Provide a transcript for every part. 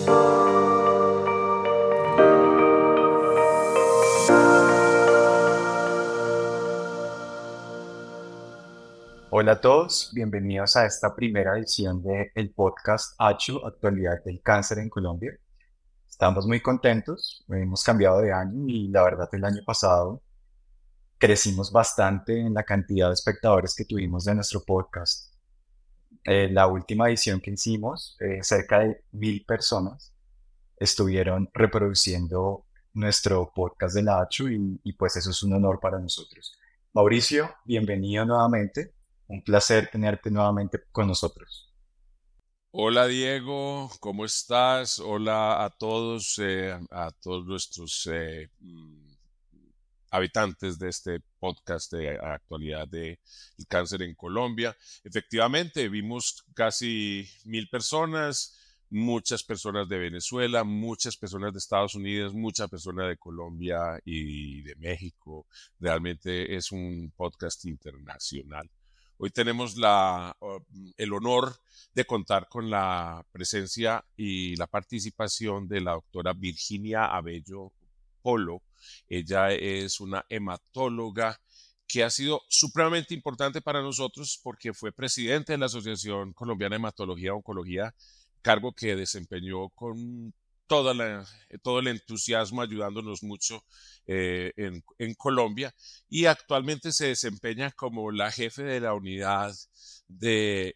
Hola a todos, bienvenidos a esta primera edición del podcast ACHU, Actualidad del Cáncer en Colombia. Estamos muy contentos, hemos cambiado de año y la verdad el año pasado crecimos bastante en la cantidad de espectadores que tuvimos de nuestro podcast. La última edición que hicimos, cerca de 1000 personas estuvieron reproduciendo nuestro podcast de la ACHU y pues eso es un honor para nosotros. Mauricio, bienvenido nuevamente. Un placer tenerte nuevamente con nosotros. Hola Diego, ¿cómo estás? Hola a todos nuestros habitantes de este podcast de actualidad del cáncer en Colombia. Efectivamente, vimos casi 1000 personas, muchas personas de Venezuela, muchas personas de Estados Unidos, muchas personas de Colombia y de México. Realmente es un podcast internacional. Hoy tenemos el honor de contar con la presencia y la participación de la doctora Virginia Abello Polo. Ella es una hematóloga que ha sido supremamente importante para nosotros porque fue presidente de la Asociación Colombiana de Hematología y Oncología, cargo que desempeñó con todo el entusiasmo, ayudándonos mucho en Colombia, y actualmente se desempeña como la jefe de la unidad de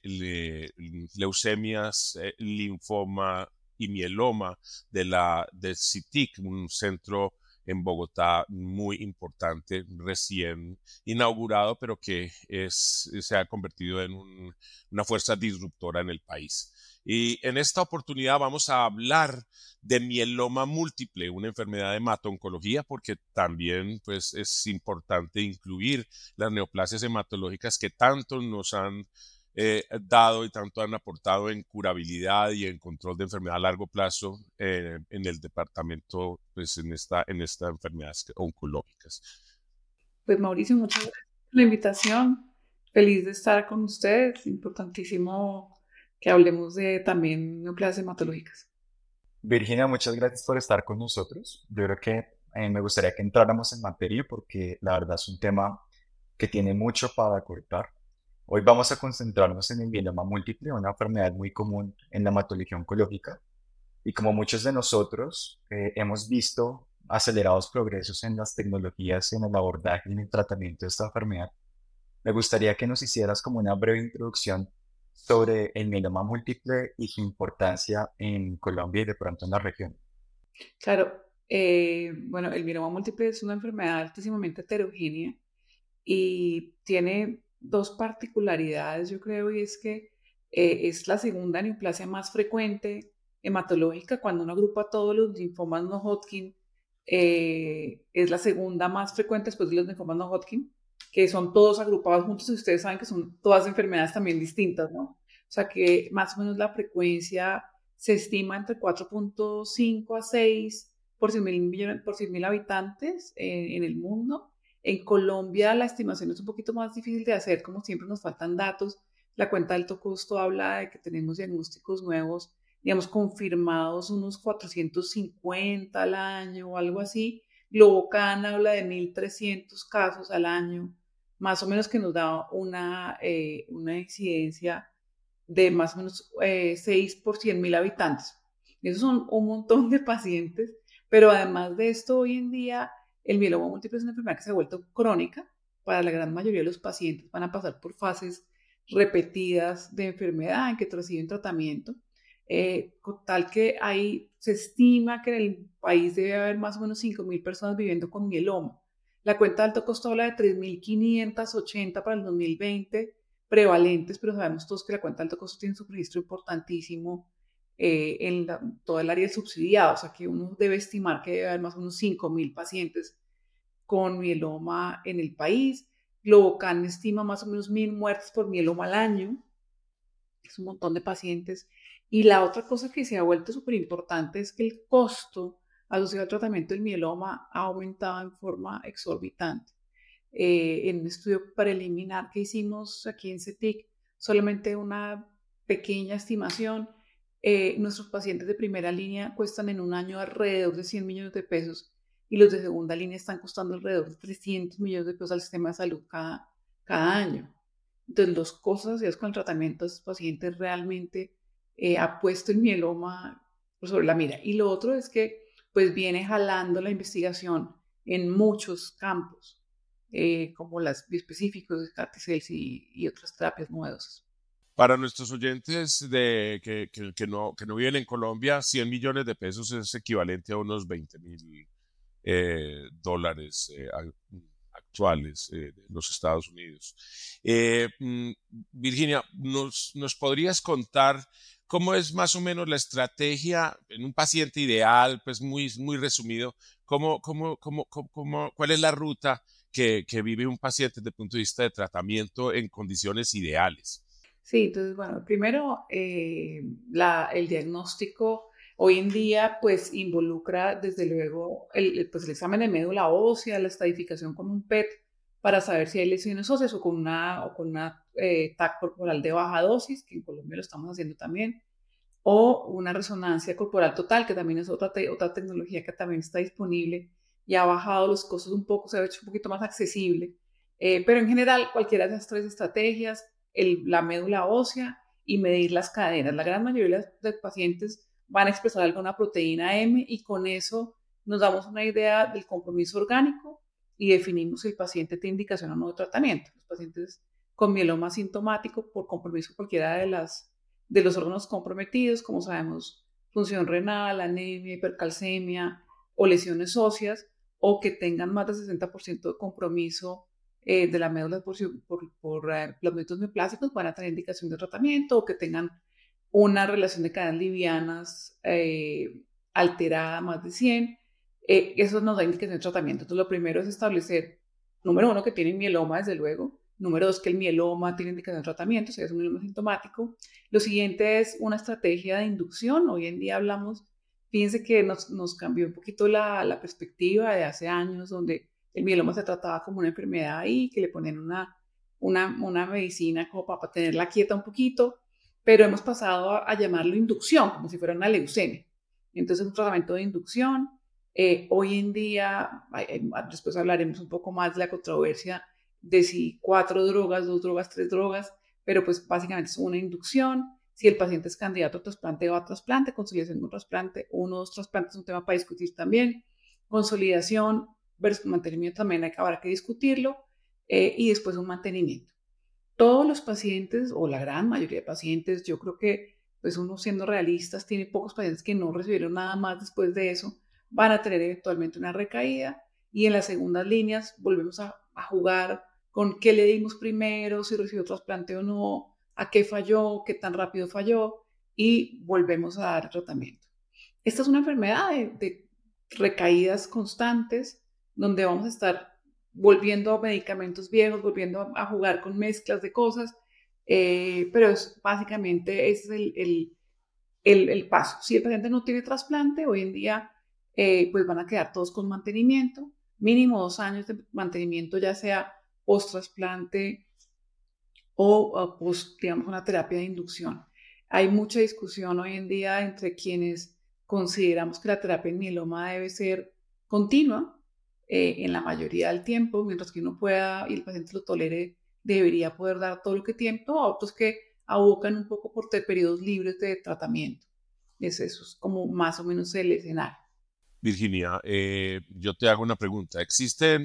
leucemias, linfoma y mieloma de CITIC, un centro en Bogotá muy importante, recién inaugurado, pero que se ha convertido en una fuerza disruptora en el país. Y en esta oportunidad vamos a hablar de mieloma múltiple, una enfermedad de hemato-oncología, porque también pues, es importante incluir las neoplasias hematológicas que tanto nos han dado y tanto han aportado en curabilidad y en control de enfermedad a largo plazo en el departamento, pues en esta enfermedades oncológicas. Pues Mauricio, muchas gracias por la invitación. Feliz de estar con ustedes. Importantísimo que hablemos de también nucleas hematológicas. Virginia, muchas gracias por estar con nosotros. Yo creo que me gustaría que entráramos en materia porque la verdad es un tema que tiene mucho para cortar. Hoy vamos a concentrarnos en el mieloma múltiple, una enfermedad muy común en la hematología oncológica. Y como muchos de nosotros hemos visto acelerados progresos en las tecnologías en el abordaje y en el tratamiento de esta enfermedad, me gustaría que nos hicieras como una breve introducción sobre el mieloma múltiple y su importancia en Colombia y de pronto en la región. Claro, bueno, el mieloma múltiple es una enfermedad altísimamente heterogénea y tiene dos particularidades, yo creo, y es que es la segunda neoplasia más frecuente hematológica cuando uno agrupa todos los linfomas no Hodgkin. Es la segunda más frecuente después de los linfomas no Hodgkin, que son todos agrupados juntos y ustedes saben que son todas enfermedades también distintas, ¿no? O sea que más o menos la frecuencia se estima entre 4.5 a 6 por 100.000 habitantes en el mundo. En Colombia la estimación es un poquito más difícil de hacer, como siempre nos faltan datos. La cuenta de alto costo habla de que tenemos diagnósticos nuevos, digamos, confirmados unos 450 al año o algo así. Globocan habla de 1.300 casos al año, más o menos, que nos da una incidencia de más o menos 6 por 100.000 habitantes. Esos son un montón de pacientes, pero además de esto, hoy en día el mieloma múltiple es una enfermedad que se ha vuelto crónica. Para la gran mayoría de los pacientes van a pasar por fases repetidas de enfermedad en que reciben tratamiento, con tal que se estima que en el país debe haber más o menos 5.000 personas viviendo con mieloma. La cuenta de alto costo habla de 3.580 para el 2020 prevalentes, pero sabemos todos que la cuenta de alto costo tiene un registro importantísimo todo el área subsidiada, o sea que uno debe estimar que debe haber más o menos 5.000 pacientes con mieloma en el país. Globocan estima más o menos 1.000 muertes por mieloma al año, es un montón de pacientes. Y la otra cosa que se ha vuelto súper importante es que el costo asociado al tratamiento del mieloma ha aumentado en forma exorbitante. En un estudio preliminar que hicimos aquí en CETIC, solamente una pequeña estimación, nuestros pacientes de primera línea cuestan en un año alrededor de 100 millones de pesos y los de segunda línea están costando alrededor de 300 millones de pesos al sistema de salud cada año. Entonces, los costos asociados con el tratamiento de estos pacientes realmente ha puesto el mieloma sobre la mira. Y lo otro es que pues viene jalando la investigación en muchos campos, como las biespecíficos, CAR T-cells y otras terapias novedosas. Para nuestros oyentes que no viven en Colombia, 100 millones de pesos es equivalente a unos 20.000 dólares actuales de los Estados Unidos. Virginia, ¿nos podrías contar cómo es más o menos la estrategia en un paciente ideal, pues muy resumido, cuál es la ruta que vive un paciente desde el punto de vista de tratamiento en condiciones ideales? Sí, entonces, bueno, primero, el diagnóstico hoy en día pues involucra desde luego pues, el examen de médula ósea, la estadificación con un PET para saber si hay lesiones óseas o con una TAC corporal de baja dosis, que en Colombia lo estamos haciendo también, o una resonancia corporal total, que también es otra tecnología que también está disponible y ha bajado los costos un poco, se ha hecho un poquito más accesible. Pero en general, cualquiera de esas tres estrategias, la médula ósea y medir las cadenas. La gran mayoría de pacientes van a expresar alguna proteína M y con eso nos damos una idea del compromiso orgánico y definimos si el paciente tiene indicación o no de tratamiento. Los pacientes con mieloma asintomático por compromiso cualquiera de los órganos comprometidos, como sabemos, función renal, anemia, hipercalcemia o lesiones óseas, o que tengan más del 60% de compromiso de la médula por plasmocitos neoplásicos, van a tener indicación de tratamiento, o que tengan una relación de cadenas livianas alterada más de 100. Eso nos da indicación de tratamiento. Entonces, lo primero es establecer, número uno, que tienen mieloma, desde luego. Número dos, que el mieloma tiene indicación de tratamiento, o sea, es un mieloma sintomático. Lo siguiente es una estrategia de inducción. Hoy en día hablamos, fíjense que nos cambió un poquito la perspectiva de hace años, donde el mieloma se trataba como una enfermedad ahí, que le ponían una medicina como para tenerla quieta un poquito, pero hemos pasado a llamarlo inducción, como si fuera una leucemia. Entonces, un tratamiento de inducción. Hoy en día, después hablaremos un poco más de la controversia de si 4 drogas, 2 drogas, 3 drogas, pero pues básicamente es una inducción. Si el paciente es candidato a trasplante, va a trasplante, consolidación con trasplante, 1 o 2 trasplantes es un tema para discutir también. Consolidación versus mantenimiento también habrá que discutirlo, y después un mantenimiento. Todos los pacientes, o la gran mayoría de pacientes, yo creo que pues uno siendo realistas, tiene pocos pacientes que no recibieron nada más después de eso, van a tener eventualmente una recaída, y en las segundas líneas volvemos a jugar con qué le dimos primero, si recibió trasplante o no, a qué falló, qué tan rápido falló, y volvemos a dar tratamiento. Esta es una enfermedad de recaídas constantes, donde vamos a estar volviendo a medicamentos viejos, volviendo a jugar con mezclas de cosas, pero básicamente ese es el paso. Si el paciente no tiene trasplante, hoy en día pues van a quedar todos con mantenimiento, mínimo 2 años de mantenimiento, ya sea post-trasplante o post, digamos, una terapia de inducción. Hay mucha discusión hoy en día entre quienes consideramos que la terapia en mieloma debe ser continua en la mayoría del tiempo, mientras que uno pueda y el paciente lo tolere, debería poder dar todo lo que tiempo, a otros que abocan un poco por periodos libres de tratamiento. Eso es como más o menos el escenario. Virginia, yo te hago una pregunta. ¿Existen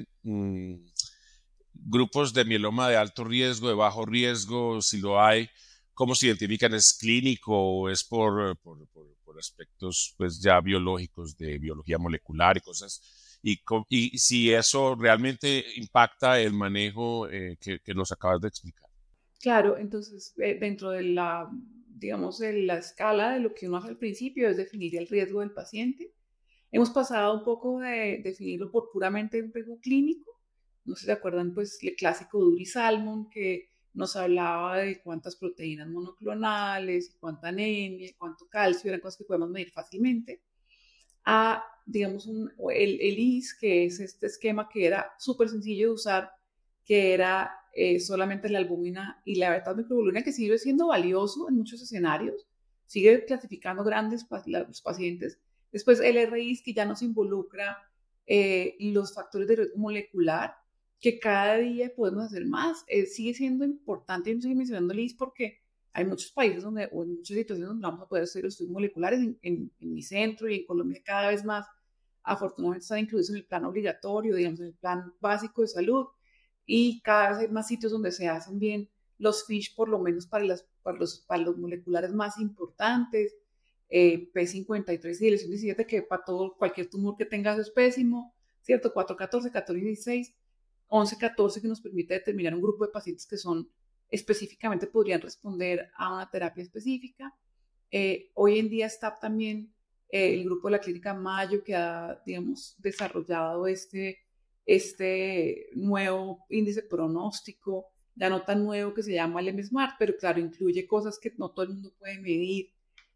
grupos de mieloma de alto riesgo, de bajo riesgo? Si lo hay, ¿cómo se identifican? ¿Es clínico o es por aspectos pues ya biológicos, de biología molecular y cosas? Y si eso realmente impacta el manejo que nos acabas de explicar. Claro, entonces dentro de digamos, de la escala de lo que uno hace al principio es definir el riesgo del paciente. Hemos pasado un poco de definirlo por puramente un riesgo clínico. No sé si se acuerdan, pues, el clásico Duri Salmon, que nos hablaba de cuántas proteínas monoclonales, cuánta anemia, cuánto calcio, eran cosas que podemos medir fácilmente. A, digamos, el IS, que es este esquema que era súper sencillo de usar, que era solamente la albúmina y la beta-microglobulina, que sigue siendo valioso en muchos escenarios, sigue clasificando grandes los pacientes. Después el RIS, que ya nos involucra los factores de riesgo molecular, que cada día podemos hacer más. Sigue siendo importante, y no sigue mencionando el IS porque hay muchos países donde, o en muchas situaciones donde vamos a poder hacer estudios moleculares. En mi centro y en Colombia cada vez más, afortunadamente están incluidos en el plan obligatorio, digamos, en el plan básico de salud, y cada vez hay más sitios donde se hacen bien los FISH, por lo menos para los moleculares más importantes, P53 y lesión 17, que para todo, cualquier tumor que tengas es pésimo, ¿cierto? 414, 1416, 1114, que nos permite determinar un grupo de pacientes que son específicamente podrían responder a una terapia específica. Hoy en día está también el grupo de la Clínica Mayo, que ha, digamos, desarrollado este nuevo índice pronóstico, ya no tan nuevo, que se llama el M-SMART, pero claro, incluye cosas que no todo el mundo puede medir,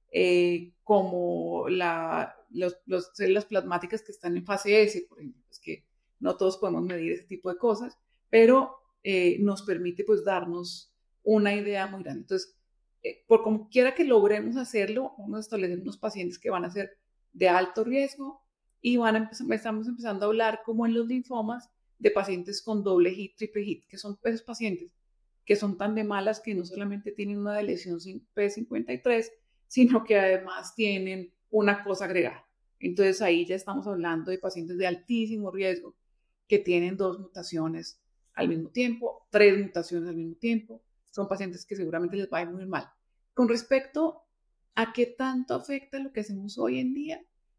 como las células plasmáticas que están en fase S, por ejemplo, es que no todos podemos medir ese tipo de cosas, pero nos permite pues darnos una idea muy grande. Entonces, por como quiera que logremos hacerlo, vamos a establecer unos pacientes que van a ser de alto riesgo y estamos empezando a hablar, como en los linfomas, de pacientes con doble hit, triple hit, que son esos pacientes que son tan de malas que no solamente tienen una lesión P53, sino que además tienen una cosa agregada. Entonces ahí ya estamos hablando de pacientes de altísimo riesgo que tienen 2 mutaciones al mismo tiempo, 3 mutaciones al mismo tiempo. Son pacientes que seguramente les va a ir muy mal. Con respecto a qué tanto afecta lo que hacemos hoy en día,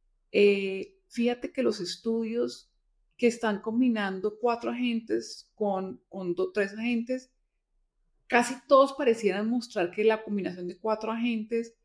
fíjate que los estudios que están combinando 4 agentes con 3 agentes, casi todos parecieran mostrar que la combinación de 4 agentes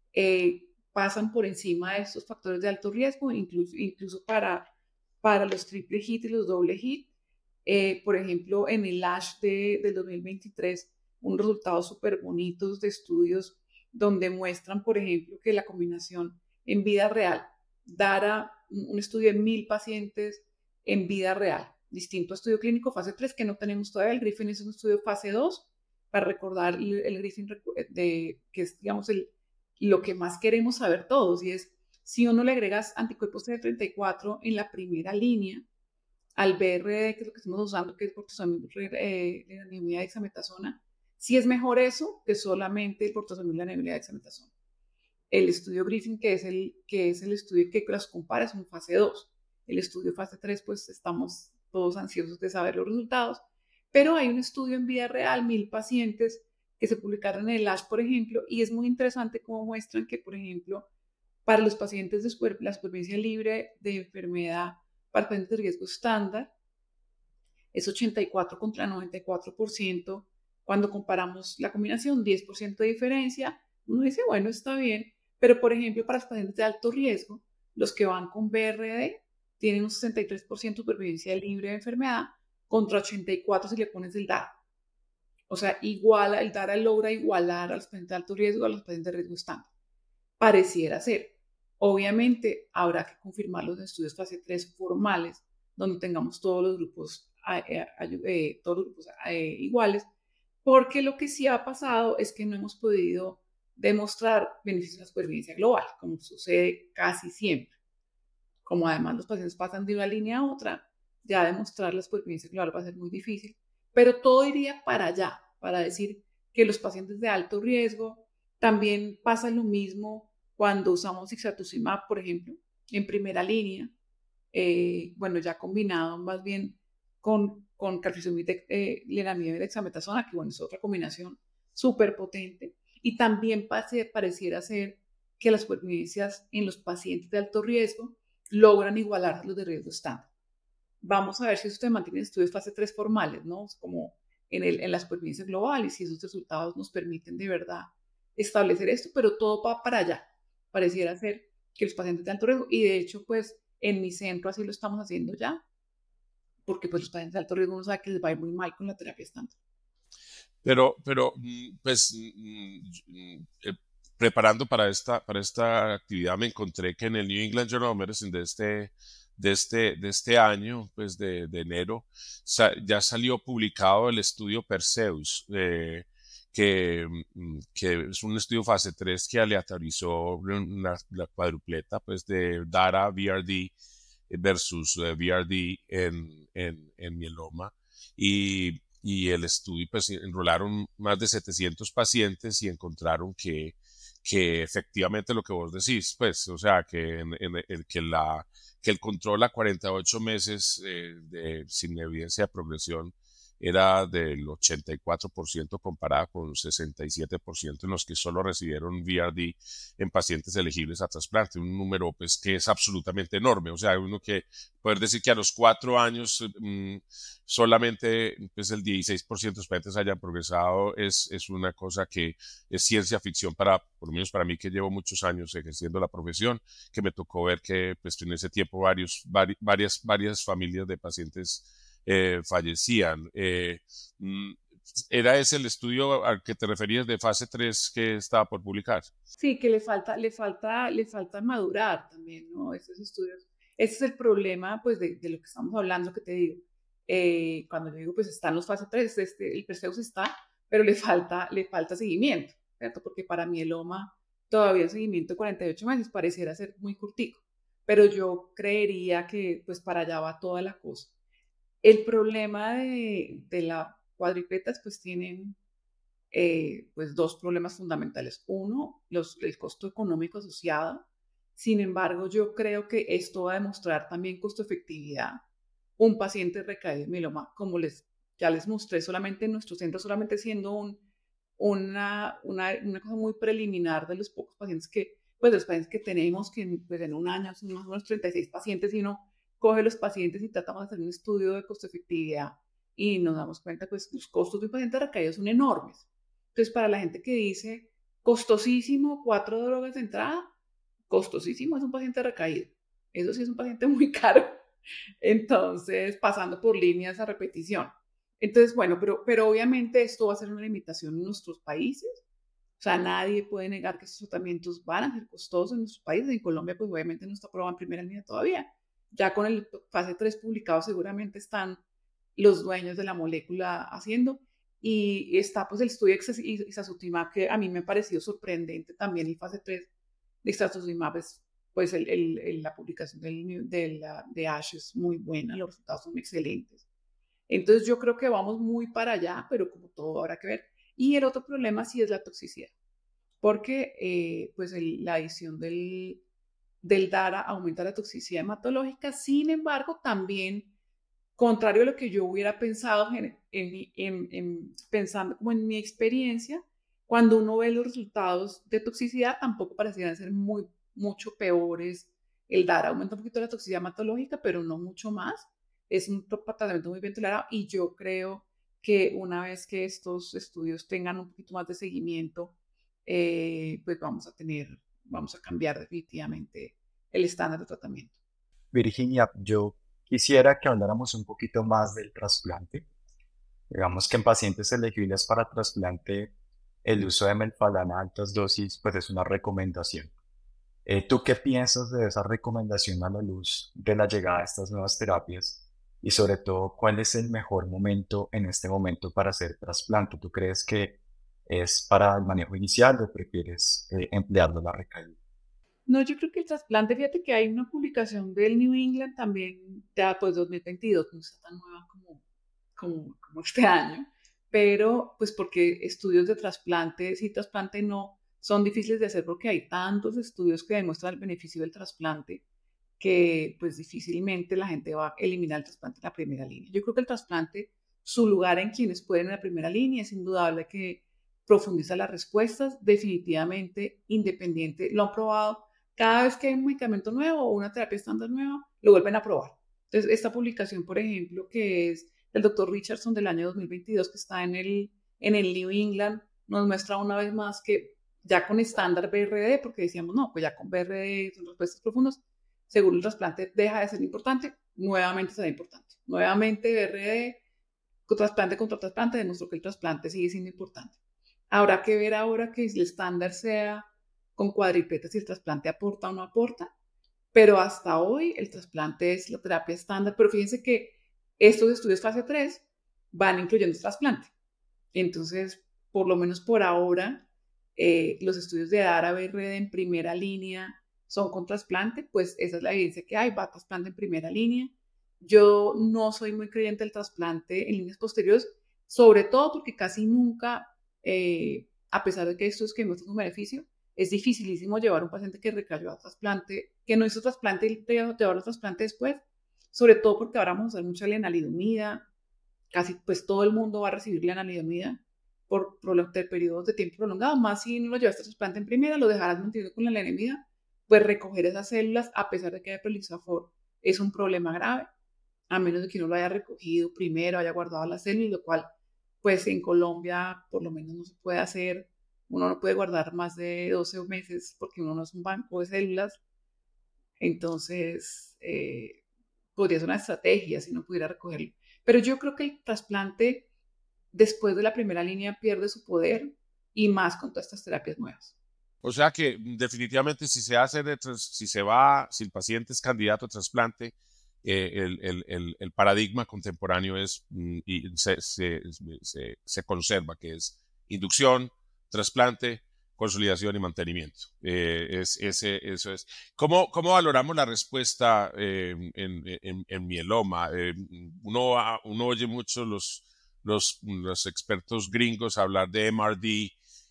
pasan por encima de estos factores de alto riesgo, incluso para los triple hit y los doble hit. Por ejemplo, en el ASH del 2023, unos resultados súper bonitos de estudios donde muestran, por ejemplo, que la combinación en vida real, dará un estudio de 1000 pacientes en vida real, distinto a estudio clínico fase 3, que no tenemos todavía. El Griffin es un estudio fase 2, para recordar el Griffin, que es, digamos, lo que más queremos saber todos, y es si uno le agregas anticuerpos CD34 en la primera línea al BRD, que es lo que estamos usando, que es bortezomib, dexametasona, si es mejor eso que solamente el bortezomib, dexametasona. El estudio Griffin, que es el estudio que las compara, es un fase 2. El estudio fase 3, pues estamos todos ansiosos de saber los resultados, pero hay un estudio en vida real, 1000 pacientes, que se publicaron en el ASH, por ejemplo, y es muy interesante cómo muestran que, por ejemplo, para los pacientes de la supervivencia libre de enfermedad, para pacientes de riesgo estándar, es 84 contra 94%. Cuando comparamos la combinación, 10% de diferencia, uno dice, bueno, está bien, pero por ejemplo, para los pacientes de alto riesgo, los que van con BRD tienen un 63% de supervivencia libre de enfermedad contra 84% si le pones el DARA. O sea, el DARA logra igualar a los pacientes de alto riesgo a los pacientes de riesgo estándar. Pareciera ser. Obviamente, habrá que confirmar los estudios fase 3 formales, donde tengamos todos los grupos iguales, porque lo que sí ha pasado es que no hemos podido demostrar beneficios de la supervivencia global, como sucede casi siempre. Como además los pacientes pasan de una línea a otra, ya demostrar la supervivencia global va a ser muy difícil, pero todo iría para allá, para decir que los pacientes de alto riesgo también pasa lo mismo cuando usamos ixazomib, por ejemplo, en primera línea, bueno, ya combinado más bien con carfilzomib, lenalidomide, dexametasona, que bueno, es otra combinación súper potente, y también pareciera ser que las supervivencias en los pacientes de alto riesgo logran igualar los de riesgo estándar. Vamos a ver si eso se mantiene en estudios fase 3 formales, ¿no? Como en la supervivencia global, y si esos resultados nos permiten de verdad establecer esto, pero todo va para allá. Pareciera ser que los pacientes de alto riesgo, y de hecho, pues en mi centro así lo estamos haciendo ya, porque pues los pacientes de alto riesgo uno sabe que les va a ir muy mal con la terapia estándar. Pero pues, preparando para esta actividad me encontré que en el New England Journal of Medicine de este año, pues de enero, ya salió publicado el estudio Perseus, que es un estudio fase 3 que aleatorizó la cuadrupleta pues, de DARA, VRD versus VRD en mieloma. Y el estudio, pues enrolaron más de 700 pacientes y encontraron que efectivamente lo que vos decís, pues, o sea, que el control a 48 meses sin evidencia de progresión era del 84% comparado con 67% en los que solo recibieron VRD en pacientes elegibles a trasplante, un número pues que es absolutamente enorme, o sea, uno que poder decir que a los 4 años solamente pues, el 16% de los pacientes hayan progresado es una cosa que es ciencia ficción por lo menos para mí que llevo muchos años ejerciendo la profesión, que me tocó ver que pues, en ese tiempo varias familias de pacientes fallecían. ¿Era ese el estudio al que te referías de fase 3 que estaba por publicar? Sí, que le falta madurar también, ¿no? Estos estudios. Ese es el problema, pues, de lo que estamos hablando, que te digo. Cuando yo digo, pues, están los fase 3, el Perseus está, pero le falta seguimiento, ¿cierto? Porque para mieloma todavía el seguimiento de 48 meses pareciera ser muy cortico, pero yo creería que, pues, para allá va toda la cosa. El problema de la cuadripetas, pues, tienen pues dos problemas fundamentales. Uno, el costo económico asociado. Sin embargo, yo creo que esto va a demostrar también costo-efectividad. Un paciente recaído en mieloma, como ya les mostré solamente en nuestro centro, solamente siendo una cosa muy preliminar de los pocos pacientes pues los pacientes que tenemos, que pues en un año son más o menos 36 pacientes, y uno coge los pacientes y tratamos de hacer un estudio de costo-efectividad y nos damos cuenta que pues, los costos de un paciente recaído son enormes. Entonces, para la gente que dice costosísimo, 4 drogas de entrada, costosísimo es un paciente recaído. Eso sí es un paciente muy caro. Entonces, pasando por líneas a repetición. Entonces, bueno, pero obviamente esto va a ser una limitación en nuestros países. O sea, nadie puede negar que estos tratamientos van a ser costosos en nuestros países. En Colombia, pues obviamente no está aprobado en primera línea todavía. Ya con el fase 3 publicado seguramente están los dueños de la molécula haciendo. Y está pues el estudio de Ixazotlimab, que a mí me ha parecido sorprendente también el fase 3 de Ixazotlimab. Pues la publicación de ASH es muy buena, los resultados son excelentes. Entonces yo creo que vamos muy para allá, pero como todo habrá que ver. Y el otro problema sí es la toxicidad, porque pues la adición del DARA aumenta la toxicidad hematológica. Sin embargo, también, contrario a lo que yo hubiera pensado, pensando como en mi experiencia, cuando uno ve los resultados de toxicidad, tampoco parecieran ser mucho peores. El DARA aumenta un poquito la toxicidad hematológica, pero no mucho más. Es un tratamiento muy bien tolerado, y yo creo que una vez que estos estudios tengan un poquito más de seguimiento, pues vamos a cambiar definitivamente el estándar de tratamiento. Virginia, yo quisiera que habláramos un poquito más del trasplante. Digamos que en pacientes elegibles para trasplante, el uso de melfalana a altas dosis pues es una recomendación. ¿Tú qué piensas de esa recomendación a la luz de la llegada de estas nuevas terapias? Y sobre todo, ¿cuál es el mejor momento en este momento para hacer trasplante? ¿Tú crees que es para el manejo inicial o prefieres emplearlo a la recaída? No, yo creo que el trasplante, fíjate que hay una publicación del New England también, ya pues 2022, no está tan nueva como este año, pero pues porque estudios de trasplante, sí, trasplante no, son difíciles de hacer porque hay tantos estudios que demuestran el beneficio del trasplante, que pues difícilmente la gente va a eliminar el trasplante en la primera línea. Yo creo que el trasplante, su lugar en quienes pueden en la primera línea, es indudable que profundiza las respuestas, definitivamente independiente, lo han probado. Cada vez que hay un medicamento nuevo o una terapia estándar nueva, lo vuelven a probar. Entonces, esta publicación, por ejemplo, que es del doctor Richardson del año 2022, que está en el New England, nos muestra una vez más que ya con estándar BRD, porque decíamos, no, pues ya con BRD son respuestas profundas, según el trasplante deja de ser importante, nuevamente será importante. Nuevamente BRD, trasplante contra trasplante, demostró que el trasplante sigue siendo importante. Habrá que ver ahora que el estándar sea con cuadripetas, si el trasplante aporta o no aporta, pero hasta hoy el trasplante es la terapia estándar. Pero fíjense que estos estudios fase 3 van incluyendo el trasplante. Entonces, por lo menos por ahora, los estudios de DARA BRD en primera línea son con trasplante, pues esa es la evidencia que hay, va a trasplante en primera línea. Yo no soy muy creyente del trasplante en líneas posteriores, sobre todo porque casi nunca, a pesar de que esto es que muestra un beneficio, es dificilísimo llevar a un paciente que recayó a trasplante, que no hizo trasplante y llevar a trasplante después, sobre todo porque ahora vamos a hacer mucha lenalidomida, casi pues todo el mundo va a recibir lenalidomida por periodos de tiempo prolongado, más si no lo llevaste a trasplante en primera, lo dejarás mantenido con la lenalidomida, pues recoger esas células, a pesar de que haya prolisafor, es un problema grave, a menos de que uno lo haya recogido primero, haya guardado las células, lo cual, pues en Colombia, por lo menos no se puede hacer, uno no puede guardar más de 12 meses porque uno no es un banco de células, entonces podría ser una estrategia si no pudiera recogerlo. Pero yo creo que el trasplante después de la primera línea pierde su poder y más con todas estas terapias nuevas. O sea que definitivamente si si el paciente es candidato a trasplante, el paradigma contemporáneo es y se conserva, que es inducción, trasplante, consolidación y mantenimiento. Eso es. ¿Cómo valoramos la respuesta en mieloma? Uno oye mucho los expertos gringos hablar de MRD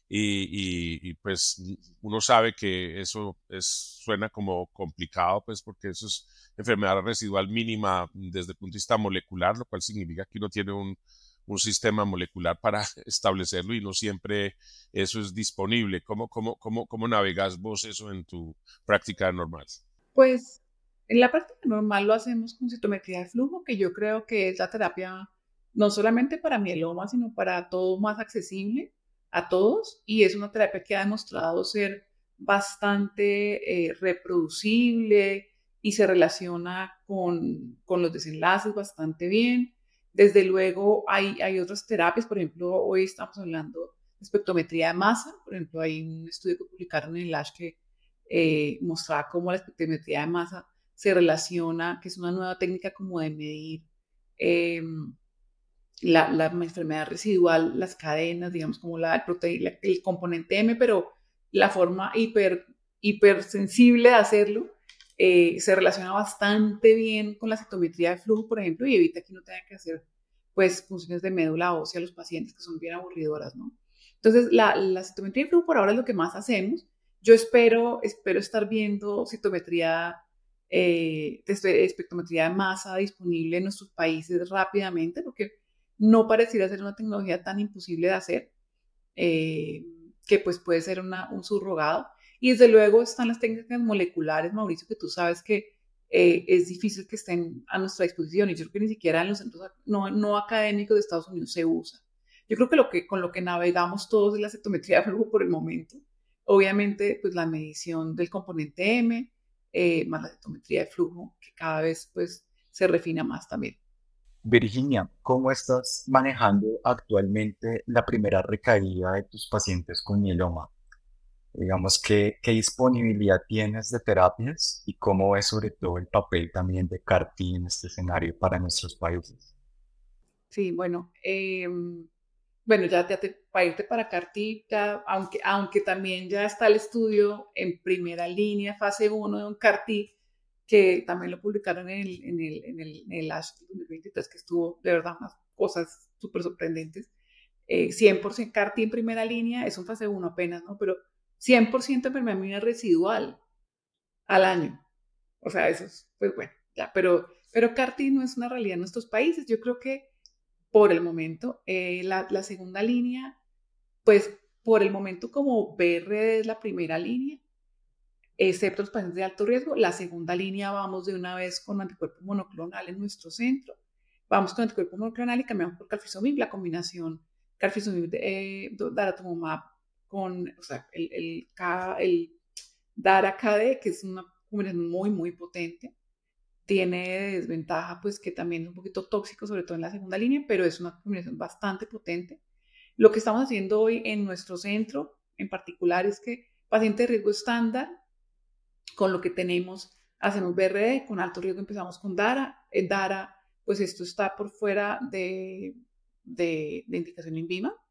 pues uno sabe que eso suena como complicado, pues porque eso es enfermedad residual mínima desde el punto de vista molecular, lo cual significa que uno tiene un sistema molecular para establecerlo y no siempre eso es disponible. ¿Cómo navegas vos eso en tu práctica normal? Pues en la práctica normal lo hacemos con citometría de flujo, que yo creo que es la terapia no solamente para mieloma, sino para todo más accesible a todos. Y es una terapia que ha demostrado ser bastante reproducible y se relaciona con los desenlaces bastante bien. Desde luego hay otras terapias, por ejemplo, hoy estamos hablando de espectrometría de masa, por ejemplo, hay un estudio que publicaron en el ASH que mostraba cómo la espectrometría de masa se relaciona, que es una nueva técnica como de medir eh, la enfermedad residual, las cadenas, digamos como el componente M, pero la forma hipersensible de hacerlo se relaciona bastante bien con la citometría de flujo, por ejemplo, y evita que uno tenga que hacer pues funciones de médula ósea a los pacientes que son bien aburridoras, ¿no? Entonces, la citometría de flujo por ahora es lo que más hacemos. Yo espero estar viendo citometría, espectrometría de masa disponible en nuestros países rápidamente, porque no pareciera ser una tecnología tan imposible de hacer, que pues puede ser un subrogado. Y desde luego están las técnicas moleculares, Mauricio, que tú sabes que es difícil que estén a nuestra disposición y yo creo que ni siquiera en los centros no académicos de Estados Unidos se usa. Yo creo que con lo que navegamos todos es la citometría de flujo por el momento. Obviamente, pues la medición del componente M, más la citometría de flujo, que cada vez pues se refina más también. Virginia, ¿cómo estás manejando actualmente la primera recaída de tus pacientes con mieloma? Digamos, ¿qué disponibilidad tienes de terapias y cómo ves sobre todo el papel también de CAR-T en este escenario para nuestros países? Sí, bueno, para irte para CAR-T, aunque también ya está el estudio en primera línea, fase 1 de un CAR-T, que también lo publicaron en el ASH 2023, que estuvo de verdad unas cosas súper sorprendentes. 100% CAR-T en primera línea, es un fase 1 apenas, ¿no? Pero 100% enfermedad residual al año. O sea, eso es, pues bueno, ya, pero CAR-T no es una realidad en nuestros países. Yo creo que por el momento, la segunda línea, pues por el momento como BRD es la primera línea, excepto los pacientes de alto riesgo, la segunda línea vamos de una vez con anticuerpo monoclonal en nuestro centro. Vamos con anticuerpo monoclonal y cambiamos por carfilzomib, la combinación carfilzomib de daratumumab con, o sea, el dara-KD, que es una combinación muy, muy potente. Tiene desventaja, pues que también es un poquito tóxico, sobre todo en la segunda línea, pero es una combinación bastante potente. Lo que estamos haciendo hoy en nuestro centro en particular es que paciente de riesgo estándar, con lo que tenemos, hacemos BRD, con alto riesgo empezamos con DARA. DARA, pues esto está por fuera de indicación INVIMA,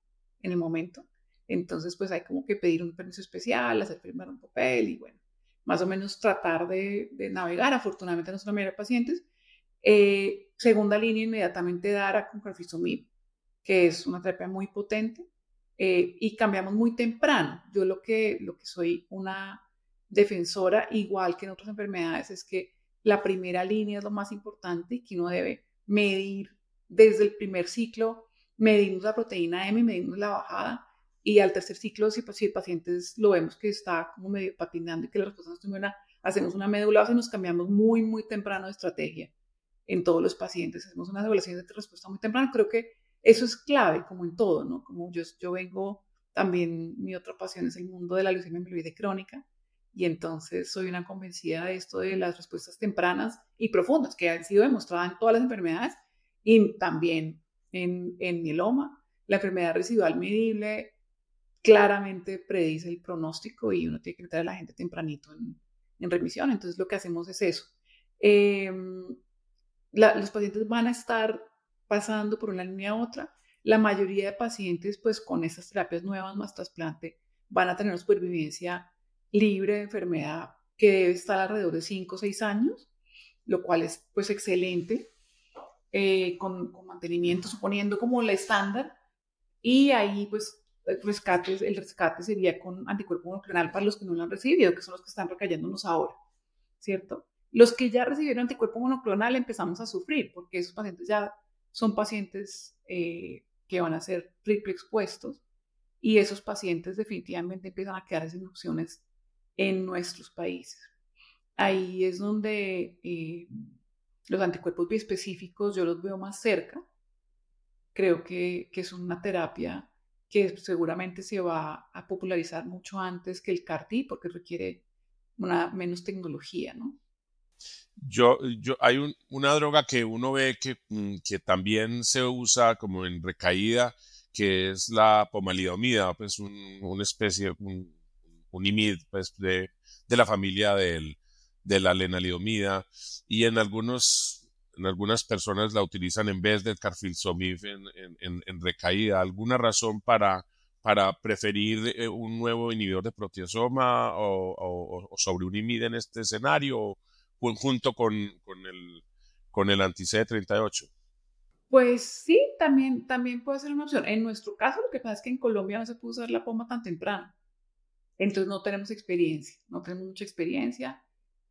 en el momento. Entonces, pues hay como que pedir un permiso especial, hacer firmar un papel y bueno, más o menos tratar de navegar. Afortunadamente no son la mayoría de pacientes. Segunda línea, inmediatamente dar a Carfilzomib, que es una terapia muy potente, y cambiamos muy temprano. Yo lo que soy una defensora, igual que en otras enfermedades, es que la primera línea es lo más importante y que uno debe medir desde el primer ciclo, medimos la proteína M, medimos la bajada, y al tercer ciclo, si el paciente lo vemos que está como medio patinando y que la respuesta no está muy buena, hacemos una médula ósea y nos cambiamos muy, muy temprano de estrategia en todos los pacientes. Hacemos unas evaluaciones de respuesta muy temprano. Creo que eso es clave, como en todo, ¿no? Como yo vengo, también mi otra pasión es el mundo de la leucemia mieloide crónica, y entonces soy una convencida de esto de las respuestas tempranas y profundas, que han sido demostradas en todas las enfermedades y también en mieloma. La enfermedad residual medible claramente predice el pronóstico y uno tiene que meter a la gente tempranito en remisión. Entonces lo que hacemos es eso. Los pacientes van a estar pasando por una línea a otra. La mayoría de pacientes, pues con estas terapias nuevas más trasplante, van a tener una supervivencia libre de enfermedad que debe estar alrededor de 5 o 6 años, lo cual es pues excelente, con mantenimiento, suponiendo como el estándar. Y ahí pues el rescate sería con anticuerpo monoclonal para los que no lo han recibido, que son los que están recayéndonos ahora, ¿cierto? Los que ya recibieron anticuerpo monoclonal empezamos a sufrir, porque esos pacientes ya son pacientes que van a ser triple expuestos, y esos pacientes definitivamente empiezan a quedar sin opciones en nuestros países. Ahí es donde los anticuerpos biespecíficos yo los veo más cerca. Creo que es una terapia que seguramente se va a popularizar mucho antes que el CAR-T, porque requiere menos tecnología, ¿no? Hay una droga que uno ve que también se usa como en recaída, que es la pomalidomida, pues una especie, un IMID, pues de la familia de la lenalidomida, y en algunas personas la utilizan en vez del carfilzomib en recaída. ¿Alguna razón para preferir un nuevo inhibidor de proteasoma o sobre un IMID en este escenario? Junto con el anti-CD38. Pues sí, también puede ser una opción. En nuestro caso, lo que pasa es que en Colombia no se puede usar la poma tan temprano. Entonces no tenemos experiencia, no tenemos mucha experiencia.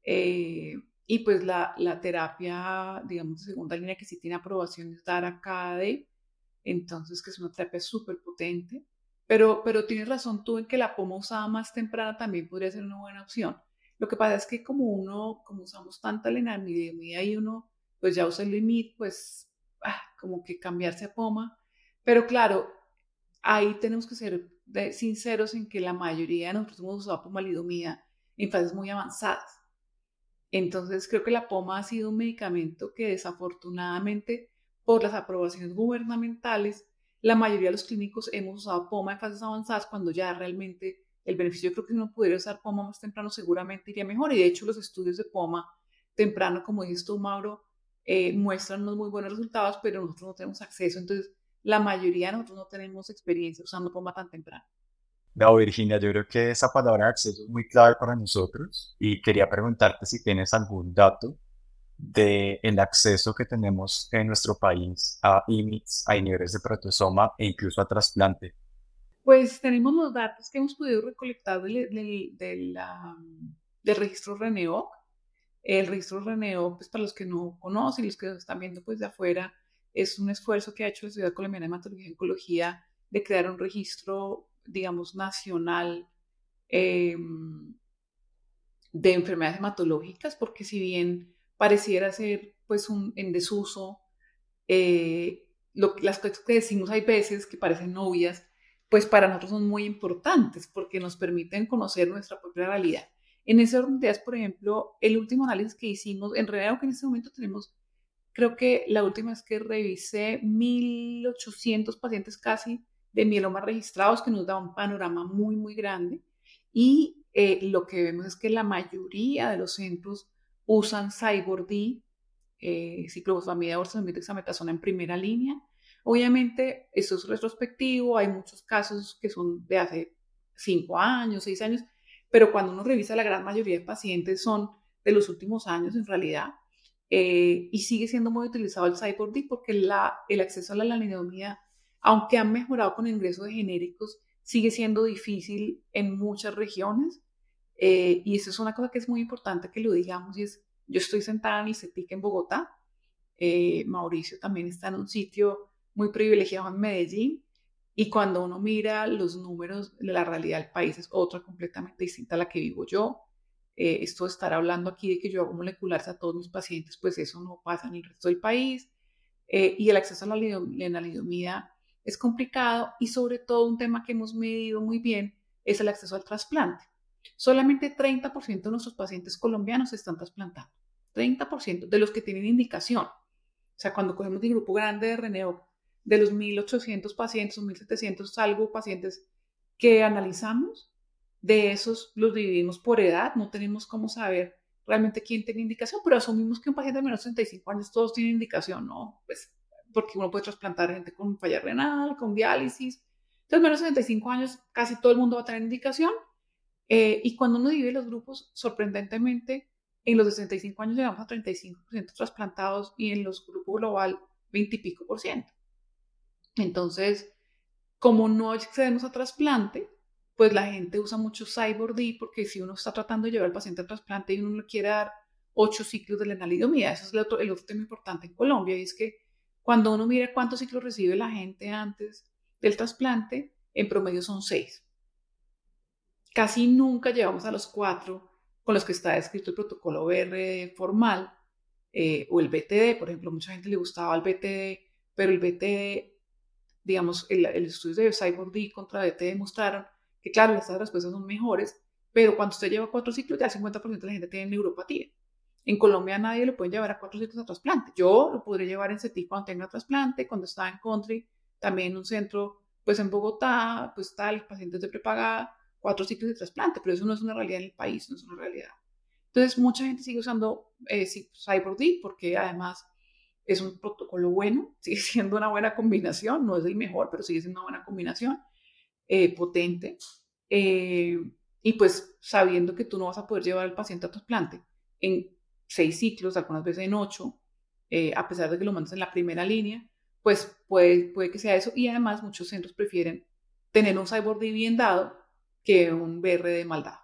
Y pues la terapia, digamos, de segunda línea que sí tiene aprobación es Dara-KD, entonces que es una terapia súper potente. Pero tienes razón tú en que la poma usada más temprana también podría ser una buena opción. Lo que pasa es que como usamos tanta lenalidomida y uno pues ya usa el limit, pues como que cambiarse a poma. Pero claro, ahí tenemos que ser sinceros en que la mayoría de nosotros hemos usado pomalidomida en fases muy avanzadas. Entonces creo que la poma ha sido un medicamento que desafortunadamente por las aprobaciones gubernamentales, la mayoría de los clínicos hemos usado poma en fases avanzadas cuando ya realmente el beneficio, yo creo que si uno pudiera usar poma más temprano seguramente iría mejor. Y de hecho los estudios de poma temprano, como dices tú, Mauro, muestran unos muy buenos resultados, pero nosotros no tenemos acceso. Entonces la mayoría de nosotros no tenemos experiencia usando poma tan temprano. No, Virginia, yo creo que esa palabra de acceso es muy clave para nosotros y quería preguntarte si tienes algún dato del acceso que tenemos en nuestro país a IMIDs, a inhibidores de proteasoma e incluso a trasplante. Pues tenemos los datos que hemos podido recolectar del registro RENEOC. El registro RENEOC, pues para los que no conocen, los que están viendo pues de afuera, es un esfuerzo que ha hecho la Sociedad Colombiana de Hematología y Oncología de crear un registro, digamos, nacional eh, de enfermedades hematológicas, porque si bien pareciera ser pues en desuso, las cosas que decimos hay veces que parecen obvias, pues para nosotros son muy importantes porque nos permiten conocer nuestra propia realidad. En ese orden de ideas, por ejemplo, el último análisis que hicimos, en realidad que en este momento tenemos, creo que la última vez que revisé 1.800 pacientes casi de mieloma registrados, que nos da un panorama muy, muy grande. Y lo que vemos es que la mayoría de los centros usan Cyborg-D, ciclofosfamida o dexametasona en primera línea, Obviamente, eso es retrospectivo, hay muchos casos que son de hace 5 años, 6 años, pero cuando uno revisa la gran mayoría de pacientes son de los últimos años en realidad, y sigue siendo muy utilizado el CyBorD porque el acceso a la lanidomida, aunque han mejorado con el ingreso de genéricos, sigue siendo difícil en muchas regiones, y eso es una cosa que es muy importante que lo digamos, y es, yo estoy sentada en el CETIC en Bogotá, Mauricio también está en un sitio muy privilegiado en Medellín, y cuando uno mira los números, la realidad del país es otra completamente distinta a la que vivo yo. Esto de estar hablando aquí de que yo hago moleculares a todos mis pacientes, pues eso no pasa en el resto del país. Y el acceso a la lenalidomida es complicado, y sobre todo un tema que hemos medido muy bien es el acceso al trasplante. Solamente 30% de nuestros pacientes colombianos se están trasplantando. 30% de los que tienen indicación. O sea, cuando cogemos el grupo grande de Reneo, de los 1.800 pacientes o 1.700 algo pacientes que analizamos, de esos los dividimos por edad, no tenemos cómo saber realmente quién tiene indicación, pero asumimos que un paciente de menos de 35 años todos tienen indicación, ¿no? Pues porque uno puede trasplantar gente con falla renal, con diálisis. Entonces, menos de 65 años, casi todo el mundo va a tener indicación. Y cuando uno divide los grupos, sorprendentemente, en los de 65 años llegamos a 35% trasplantados, y en los grupos global 20 y pico por ciento. Entonces, como no accedemos a trasplante, pues la gente usa mucho CyBorD, porque si uno está tratando de llevar al paciente a trasplante y uno le quiere dar 8 ciclos de lenalidomida, eso es el otro tema importante en Colombia, y es que cuando uno mira cuántos ciclos recibe la gente antes del trasplante, en promedio son 6. Casi nunca llegamos a los 4 con los que está descrito el protocolo BR formal, o el BTD, por ejemplo. Mucha gente le gustaba el BTD, pero el BTD, digamos, el estudio de CyBorD contra BTD mostraron que, claro, las respuestas son mejores, pero cuando usted lleva 4 ciclos, ya el 50% de la gente tiene neuropatía. En Colombia nadie lo puede llevar a 4 ciclos a trasplante. Yo lo podré llevar en CETIC cuando tenga trasplante, cuando estaba en country, también en un centro, pues en Bogotá, pues tal, pacientes de prepagada, 4 ciclos de trasplante, pero eso no es una realidad en el país, no es una realidad. Entonces, mucha gente sigue usando CyBorD porque además es un protocolo bueno, sigue siendo una buena combinación, no es el mejor, pero sigue siendo una buena combinación, potente, eh, y pues sabiendo que tú no vas a poder llevar al paciente a trasplante en 6 ciclos, algunas veces en 8, a pesar de que lo mandes en la primera línea, pues puede que sea eso, y además muchos centros prefieren tener un CyBorD bien dado que un BRD mal dado.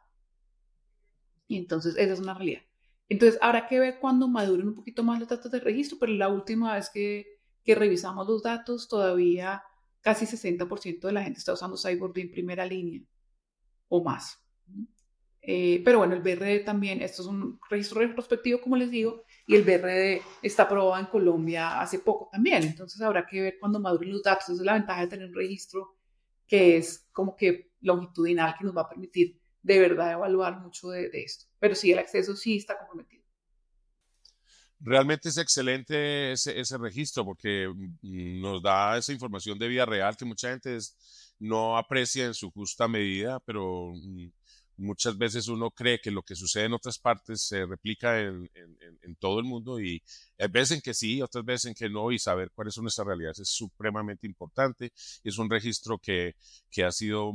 Y entonces esa es una realidad. Entonces habrá que ver cuando maduren un poquito más los datos de registro, pero la última vez que revisamos los datos, todavía casi 60% de la gente está usando CyBorD en primera línea o más. Pero bueno, el BRD también, esto es un registro retrospectivo, como les digo, y el BRD está aprobado en Colombia hace poco también. Entonces habrá que ver cuando maduren los datos. Esa es la ventaja de tener un registro que es como que longitudinal, que nos va a permitir de verdad evaluar mucho de esto. Pero sí, el acceso sí está comprometido. Realmente es excelente ese registro porque nos da esa información de vida real que mucha gente no aprecia en su justa medida, pero muchas veces uno cree que lo que sucede en otras partes se replica en todo el mundo, y hay veces en que sí, otras veces en que no, y saber cuáles son nuestras realidades es supremamente importante. Es un registro que ha sido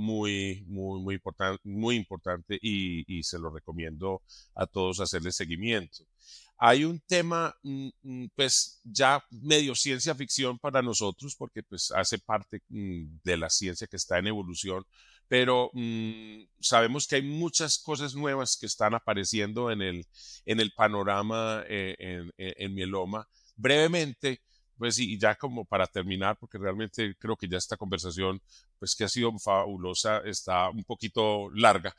muy importante, y se lo recomiendo a todos hacerle seguimiento. Hay un tema, pues ya medio ciencia ficción para nosotros, porque pues hace parte de la ciencia que está en evolución, pero sabemos que hay muchas cosas nuevas que están apareciendo en el panorama en mieloma. Brevemente, pues y ya como para terminar, porque realmente creo que ya esta conversación, pues que ha sido fabulosa, está un poquito larga.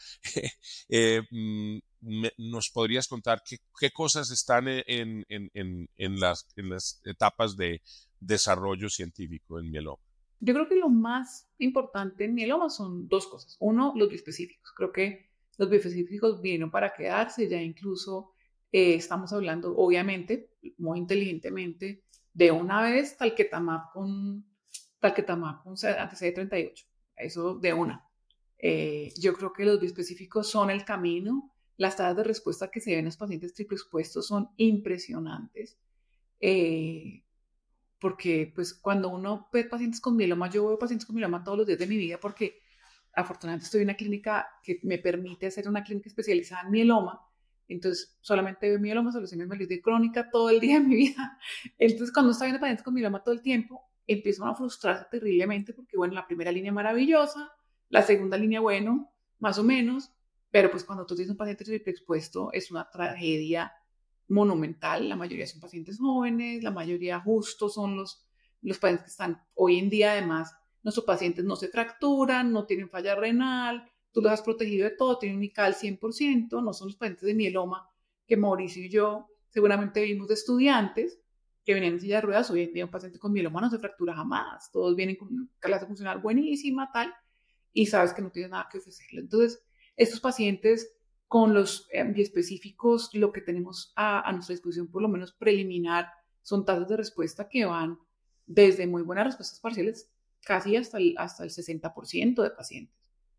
¿Nos podrías contar qué cosas están en las etapas de desarrollo científico en mieloma? Yo creo que lo más importante en mieloma son 2 cosas. Uno, los bioespecíficos. Creo que los bioespecíficos vienen para quedarse. Ya incluso estamos hablando, obviamente, muy inteligentemente, de una vez talquetamab con anti-CD38. Eso de una. Yo creo que los bioespecíficos son el camino. Las tasas de respuesta que se ven en los pacientes triple expuestos son impresionantes. porque pues cuando uno ve pacientes con mieloma, yo veo pacientes con mieloma todos los días de mi vida porque afortunadamente estoy en una clínica que me permite hacer una clínica especializada en mieloma, entonces solamente veo mieloma, soluciones de crónica todo el día de mi vida. Entonces cuando está viendo pacientes con mieloma todo el tiempo, empiezan a frustrarse terriblemente porque bueno, la primera línea maravillosa, la segunda línea bueno, más o menos, pero pues cuando tú tienes un paciente expuesto es una tragedia monumental. La mayoría son pacientes jóvenes, la mayoría justo son los pacientes que están hoy en día. Además, nuestros pacientes no se fracturan, no tienen falla renal, tú los has protegido de todo, tienen un ICAL 100%, no son los pacientes de mieloma que Mauricio y yo seguramente vimos de estudiantes que venían en silla de ruedas. Hoy en día un paciente con mieloma no se fractura jamás, todos vienen con una clase funcional buenísima, tal, y sabes que no tienes nada que ofrecerle. Entonces, estos pacientes con los específicos, lo que tenemos a nuestra disposición, por lo menos preliminar, son tasas de respuesta que van desde muy buenas respuestas parciales casi hasta el 60% de pacientes.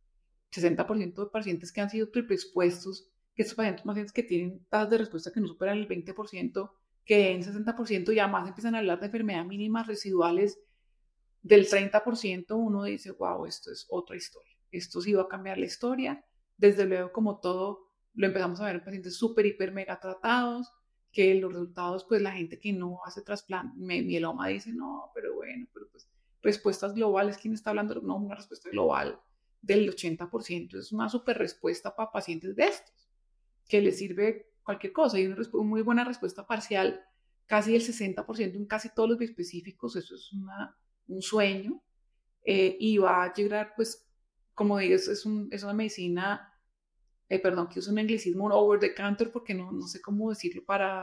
60% de pacientes que han sido triple expuestos, que estos pacientes que tienen tasas de respuesta que no superan el 20%, que en 60% ya más empiezan a hablar de enfermedades mínimas residuales del 30%, uno dice, wow, esto es otra historia. Esto sí va a cambiar la historia. Desde luego, como todo, lo empezamos a ver en pacientes súper, hiper, mega tratados, que los resultados, pues la gente que no hace trasplante, mieloma dice, no, pero bueno, pero pues respuestas globales, ¿quién está hablando? No, una respuesta global del 80%, es una súper respuesta para pacientes de estos, que les sirve cualquier cosa, y una muy buena respuesta parcial, casi el 60% en casi todos los biespecíficos, eso es un sueño, y va a llegar, pues, como dices, es una medicina, perdón, que uso un anglicismo, un over the counter, porque no sé cómo decirlo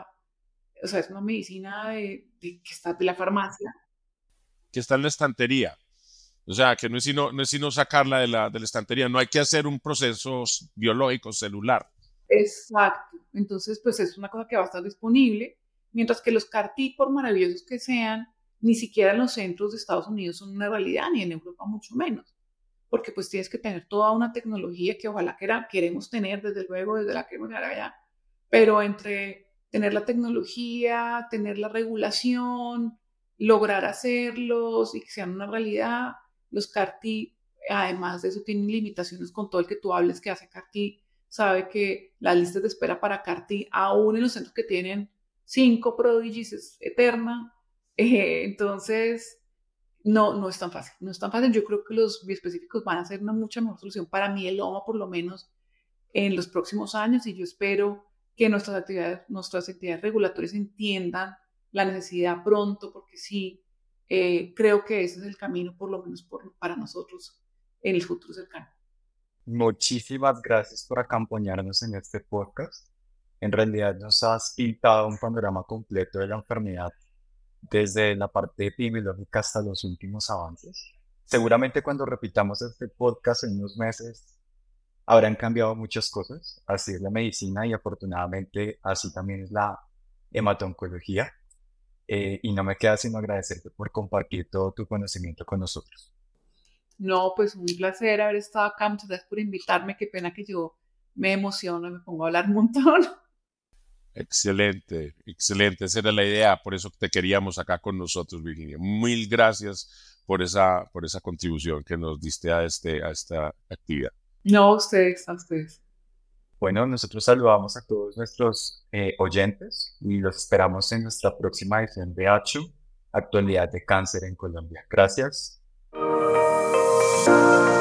o sea, es una medicina que está de la farmacia. Que está en la estantería. O sea, que no es sino sacarla de la estantería. No hay que hacer un proceso biológico celular. Exacto. Entonces, pues es una cosa que va a estar disponible, mientras que los CAR-T, por maravillosos que sean, ni siquiera en los centros de Estados Unidos son una realidad, ni en Europa mucho menos, porque pues tienes que tener toda una tecnología que ojalá queremos tener, desde luego, desde la queremos llegar allá, pero entre tener la tecnología, tener la regulación, lograr hacerlos y que sean una realidad, los CAR-T, además de eso, tienen limitaciones con todo el que tú hables que hace CAR-T, sabe que las listas de espera para CAR-T, aún en los centros que tienen 5 prodigies, es eterna. Entonces, no es tan fácil. No es tan fácil. Yo creo que los biespecíficos van a ser una mucha mejor solución para mieloma, por lo menos en los próximos años, y yo espero que nuestras entidades regulatorias entiendan la necesidad pronto, porque sí, creo que ese es el camino, por lo menos para nosotros en el futuro cercano. Muchísimas gracias por acompañarnos en este podcast. En realidad nos has pintado un panorama completo de la enfermedad, desde la parte epidemiológica hasta los últimos avances. Seguramente cuando repitamos este podcast en unos meses habrán cambiado muchas cosas, así es la medicina y afortunadamente así también es la hematoncología. Y no me queda sino agradecerte por compartir todo tu conocimiento con nosotros. No, pues un placer haber estado acá. Muchas gracias por invitarme. Qué pena que yo me emociono y me pongo a hablar un montón. Excelente, excelente. Esa era la idea. Por eso te queríamos acá con nosotros, Virginia. Mil gracias por esa contribución que nos diste a esta actividad. No, a ustedes. Bueno, nosotros saludamos a todos nuestros oyentes y los esperamos en nuestra próxima edición de ACHU, Actualidad de Cáncer en Colombia. Gracias.